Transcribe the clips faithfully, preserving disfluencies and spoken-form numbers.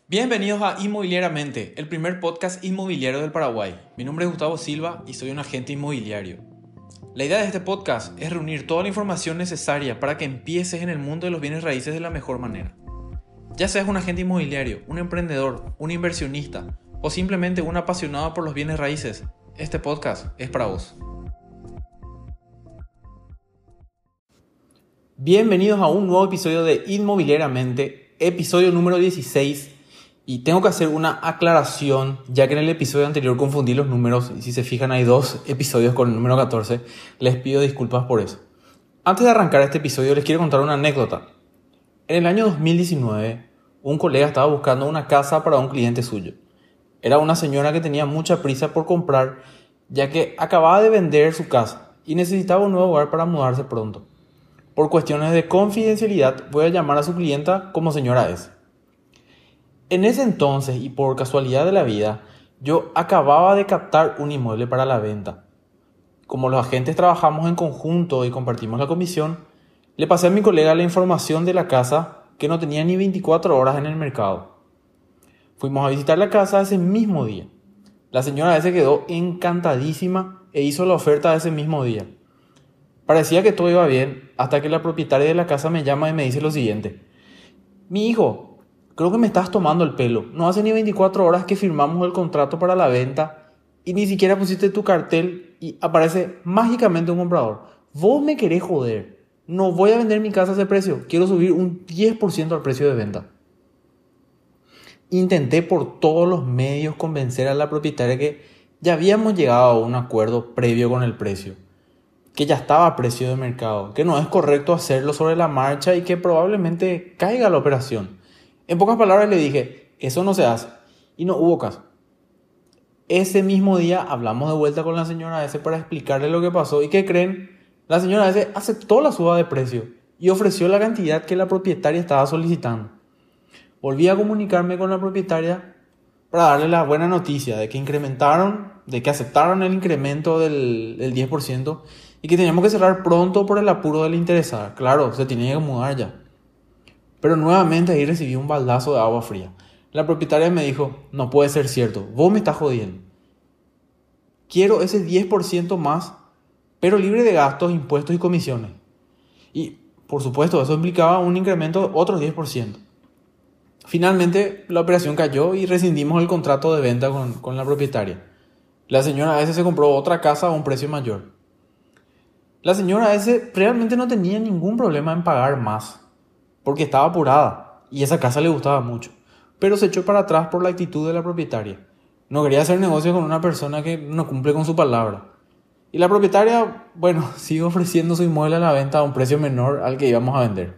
Bienvenidos a Inmobiliariamente, el primer podcast inmobiliario del Paraguay. Mi nombre es Gustavo Silva y soy un agente inmobiliario. La idea de este podcast es reunir toda la información necesaria para que empieces en el mundo de los bienes raíces de la mejor manera. Ya seas un agente inmobiliario, un emprendedor, un inversionista o simplemente un apasionado por los bienes raíces, este podcast es para vos. Bienvenidos a un nuevo episodio de Inmobiliariamente, episodio número dieciséis. Y tengo que hacer una aclaración, ya que en el episodio anterior confundí los números y si se fijan hay dos episodios con el número catorce. Les pido disculpas por eso. Antes de arrancar este episodio les quiero contar una anécdota. En el año dos mil diecinueve, un colega estaba buscando una casa para un cliente suyo. Era una señora que tenía mucha prisa por comprar, ya que acababa de vender su casa y necesitaba un nuevo hogar para mudarse pronto. Por cuestiones de confidencialidad voy a llamar a su clienta como señora S. En ese entonces, y por casualidad de la vida, yo acababa de captar un inmueble para la venta. Como los agentes trabajamos en conjunto y compartimos la comisión, le pasé a mi colega la información de la casa que no tenía ni veinticuatro horas en el mercado. Fuimos a visitar la casa ese mismo día. La señora se quedó encantadísima e hizo la oferta ese mismo día. Parecía que todo iba bien hasta que la propietaria de la casa me llama y me dice lo siguiente: Mi hijo, creo que me estás tomando el pelo. No hace ni veinticuatro horas que firmamos el contrato para la venta y ni siquiera pusiste tu cartel y aparece mágicamente un comprador. Vos me querés joder. No voy a vender mi casa a ese precio. Quiero subir un diez por ciento al precio de venta. Intenté por todos los medios convencer a la propietaria que ya habíamos llegado a un acuerdo previo con el precio, que ya estaba a precio de mercado, que no es correcto hacerlo sobre la marcha y que probablemente caiga la operación. En pocas palabras le dije, eso no se hace, y no hubo caso. Ese mismo día hablamos de vuelta con la señora S para explicarle lo que pasó, y ¿qué creen? La señora S aceptó la suba de precio y ofreció la cantidad que la propietaria estaba solicitando. Volví a comunicarme con la propietaria para darle la buena noticia de que incrementaron, de que aceptaron el incremento del, del diez por ciento y que teníamos que cerrar pronto por el apuro de la interesada. Claro, se tenía que mudar ya. Pero nuevamente ahí recibí un baldazo de agua fría. La propietaria me dijo, no puede ser cierto, vos me estás jodiendo. Quiero ese diez por ciento más, pero libre de gastos, impuestos y comisiones. Y, por supuesto, eso implicaba un incremento de otro diez por ciento. Finalmente, la operación cayó y rescindimos el contrato de venta con, con la propietaria. La señora S se compró otra casa a un precio mayor. La señora S realmente no tenía ningún problema en pagar más, porque estaba apurada y esa casa le gustaba mucho, pero se echó para atrás por la actitud de la propietaria. No quería hacer negocio con una persona que no cumple con su palabra. Y la propietaria, bueno, sigue ofreciendo su inmueble a la venta a un precio menor al que íbamos a vender.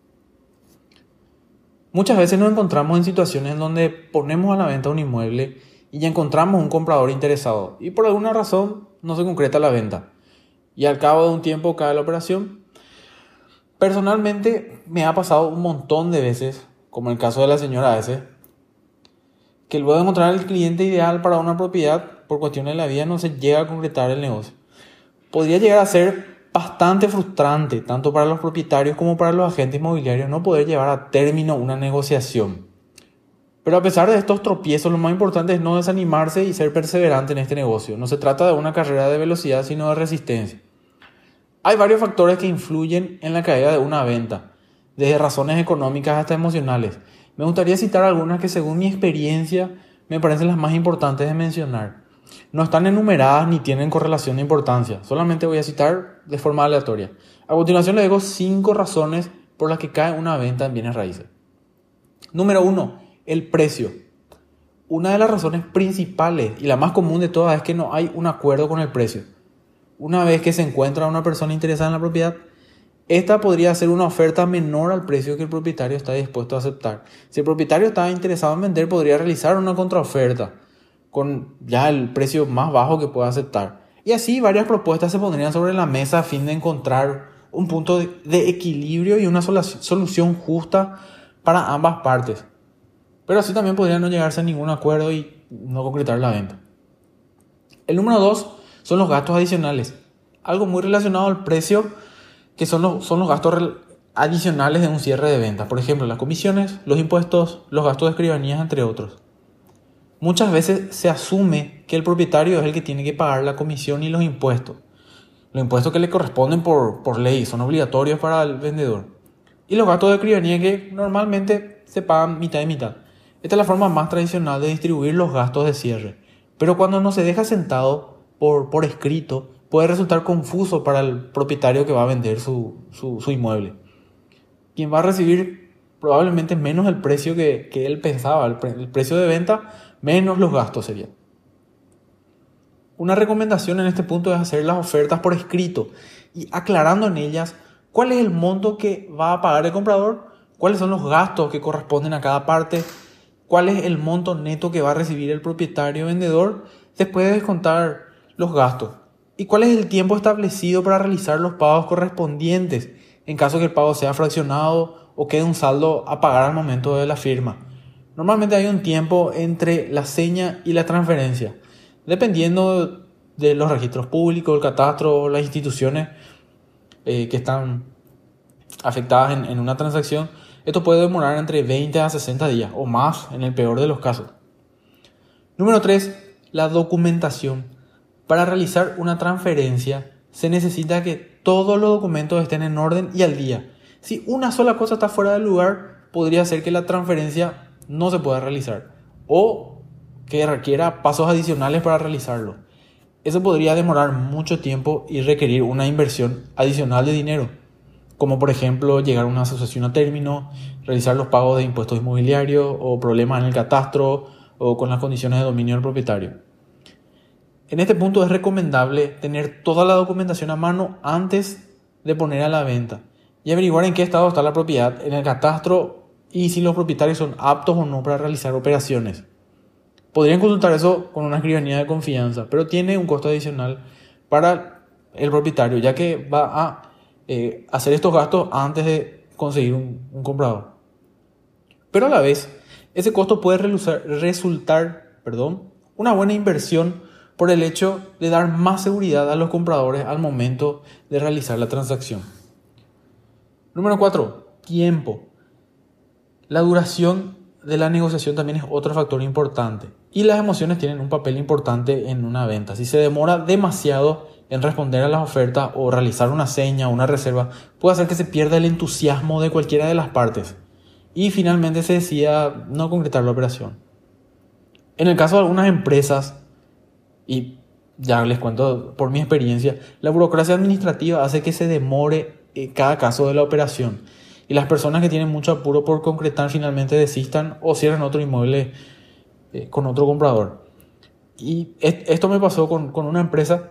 Muchas veces nos encontramos en situaciones en donde ponemos a la venta un inmueble y ya encontramos un comprador interesado y por alguna razón no se concreta la venta. Y al cabo de un tiempo cae la operación. Personalmente me ha pasado un montón de veces, como el caso de la señora S, que luego de encontrar el cliente ideal para una propiedad, por cuestiones de la vida no se llega a concretar el negocio. Podría llegar a ser bastante frustrante, tanto para los propietarios como para los agentes inmobiliarios, no poder llevar a término una negociación. Pero a pesar de estos tropiezos, lo más importante es no desanimarse y ser perseverante en este negocio. No se trata de una carrera de velocidad, sino de resistencia. Hay varios factores que influyen en la caída de una venta, desde razones económicas hasta emocionales. Me gustaría citar algunas que según mi experiencia me parecen las más importantes de mencionar. No están enumeradas ni tienen correlación de importancia, solamente voy a citar de forma aleatoria. A continuación les digo cinco razones por las que cae una venta en bienes raíces. Número uno, el precio. Una de las razones principales y la más común de todas es que no hay un acuerdo con el precio. Una vez que se encuentra una persona interesada en la propiedad, esta podría hacer una oferta menor al precio que el propietario está dispuesto a aceptar. Si el propietario está interesado en vender, podría realizar una contraoferta con ya el precio más bajo que pueda aceptar. Y así varias propuestas se pondrían sobre la mesa a fin de encontrar un punto de, de equilibrio y una solución justa para ambas partes. Pero así también podría no llegarse a ningún acuerdo y no concretar la venta. El número dos son los gastos adicionales. Algo muy relacionado al precio, que son los, son los gastos re- adicionales de un cierre de ventas. Por ejemplo, las comisiones, los impuestos, los gastos de escribanías, entre otros. Muchas veces se asume que el propietario es el que tiene que pagar la comisión y los impuestos. Los impuestos que le corresponden por, por ley son obligatorios para el vendedor. Y los gastos de escribanía que normalmente se pagan mitad y mitad. Esta es la forma más tradicional de distribuir los gastos de cierre. Pero cuando no se deja sentado por, por escrito, puede resultar confuso para el propietario que va a vender su, su, su inmueble. Quien va a recibir probablemente menos el precio que, que él pensaba, el, pre, el precio de venta, menos los gastos serían. Una recomendación en este punto es hacer las ofertas por escrito y aclarando en ellas cuál es el monto que va a pagar el comprador, cuáles son los gastos que corresponden a cada parte, cuál es el monto neto que va a recibir el propietario vendedor después de descontar los gastos y cuál es el tiempo establecido para realizar los pagos correspondientes en caso que el pago sea fraccionado o quede un saldo a pagar al momento de la firma. Normalmente hay un tiempo entre la seña y la transferencia, dependiendo de los registros públicos, el catastro o las instituciones eh, que están afectadas en, en una transacción. Esto puede demorar entre veinte a sesenta días o más en el peor de los casos. Número tres. La documentación. Para realizar una transferencia se necesita que todos los documentos estén en orden y al día. Si una sola cosa está fuera del lugar, podría ser que la transferencia no se pueda realizar o que requiera pasos adicionales para realizarlo. Eso podría demorar mucho tiempo y requerir una inversión adicional de dinero, como por ejemplo llegar a una asociación a término, realizar los pagos de impuestos inmobiliarios o problemas en el catastro o con las condiciones de dominio del propietario. En este punto es recomendable tener toda la documentación a mano antes de poner a la venta y averiguar en qué estado está la propiedad en el catastro y si los propietarios son aptos o no para realizar operaciones. Podrían consultar eso con una escribanía de confianza, pero tiene un costo adicional para el propietario, ya que va a eh, hacer estos gastos antes de conseguir un, un comprador. Pero a la vez, ese costo puede resultar, resultar perdón, una buena inversión por el hecho de dar más seguridad a los compradores al momento de realizar la transacción. Número cuatro. Tiempo. La duración de la negociación también es otro factor importante y las emociones tienen un papel importante en una venta. Si se demora demasiado en responder a las ofertas o realizar una seña o una reserva, puede hacer que se pierda el entusiasmo de cualquiera de las partes y finalmente se decida no concretar la operación. En el caso de algunas empresas, y ya les cuento por mi experiencia, la burocracia administrativa hace que se demore cada caso de la operación y las personas que tienen mucho apuro por concretar finalmente desistan o cierran otro inmueble eh, con otro comprador. Y esto me pasó con, con una empresa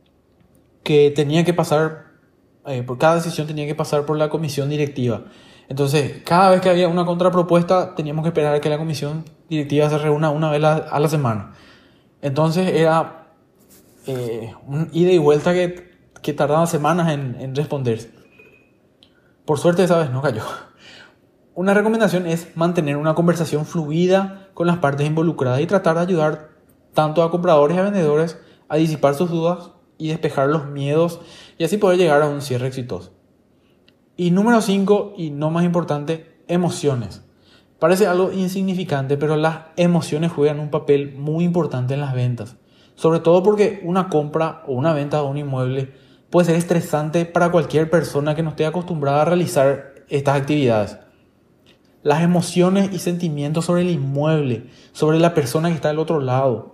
que tenía que pasar, eh, por cada decisión tenía que pasar por la comisión directiva. Entonces, cada vez que había una contrapropuesta, teníamos que esperar a que la comisión directiva se reúna una vez a, a la semana. Entonces, era eh, un ida y vuelta que, que tardaba semanas en, en responderse. Por suerte, esa vez no cayó. Una recomendación es mantener una conversación fluida con las partes involucradas y tratar de ayudar tanto a compradores y a vendedores a disipar sus dudas y despejar los miedos y así poder llegar a un cierre exitoso. Y número cinco, y no más importante, emociones. Parece algo insignificante, pero las emociones juegan un papel muy importante en las ventas. Sobre todo porque una compra o una venta de un inmueble puede ser estresante para cualquier persona que no esté acostumbrada a realizar estas actividades. Las emociones y sentimientos sobre el inmueble, sobre la persona que está del otro lado,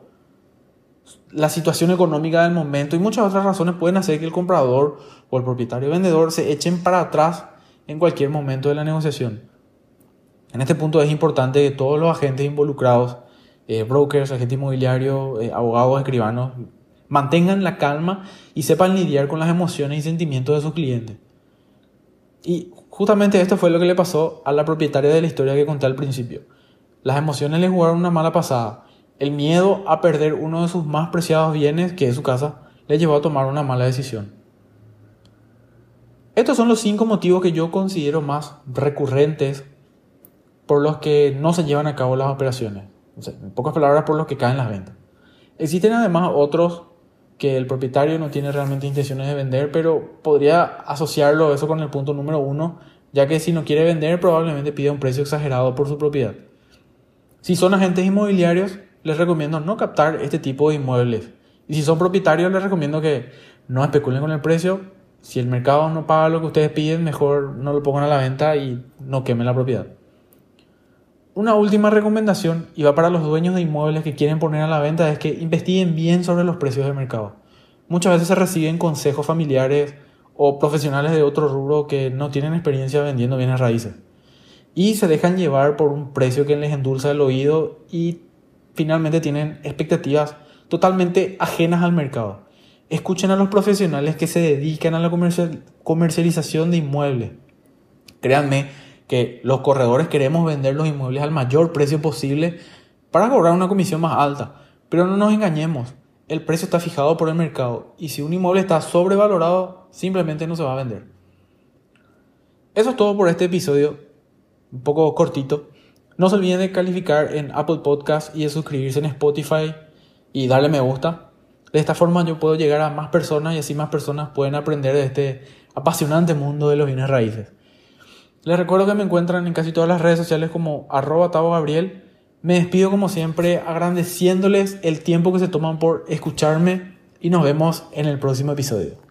la situación económica del momento y muchas otras razones pueden hacer que el comprador o el propietario vendedor se echen para atrás en cualquier momento de la negociación. En este punto es importante que todos los agentes involucrados, eh, brokers, agentes inmobiliarios, eh, abogados, escribanos, mantengan la calma y sepan lidiar con las emociones y sentimientos de sus clientes. Y justamente esto fue lo que le pasó a la propietaria de la historia que conté al principio. Las emociones le jugaron una mala pasada. El miedo a perder uno de sus más preciados bienes, que es su casa, le llevó a tomar una mala decisión. Estos son los cinco motivos que yo considero más recurrentes por los que no se llevan a cabo las operaciones. O sea, en pocas palabras, por los que caen las ventas. Existen además otros que el propietario no tiene realmente intenciones de vender, pero podría asociarlo eso con el punto número uno ya que si no quiere vender probablemente pida un precio exagerado por su propiedad. Si son agentes inmobiliarios, les recomiendo no captar este tipo de inmuebles. Y si son propietarios, les recomiendo que no especulen con el precio. Si el mercado no paga lo que ustedes piden, mejor no lo pongan a la venta y no quemen la propiedad. Una última recomendación, y va para los dueños de inmuebles que quieren poner a la venta, es que investiguen bien sobre los precios de mercado. Muchas veces se reciben consejos familiares o profesionales de otro rubro que no tienen experiencia vendiendo bienes raíces. Y se dejan llevar por un precio que les endulza el oído y finalmente tienen expectativas totalmente ajenas al mercado. Escuchen a los profesionales que se dedican a la comercial, comercialización de inmuebles. Créanme que los corredores queremos vender los inmuebles al mayor precio posible para cobrar una comisión más alta. Pero no nos engañemos, el precio está fijado por el mercado y si un inmueble está sobrevalorado, simplemente no se va a vender. Eso es todo por este episodio, un poco cortito. No se olviden de calificar en Apple Podcast y de suscribirse en Spotify y darle me gusta. De esta forma yo puedo llegar a más personas y así más personas pueden aprender de este apasionante mundo de los bienes raíces. Les recuerdo que me encuentran en casi todas las redes sociales como arroba Tavo Gabriel. Me despido como siempre agradeciéndoles el tiempo que se toman por escucharme y nos vemos en el próximo episodio.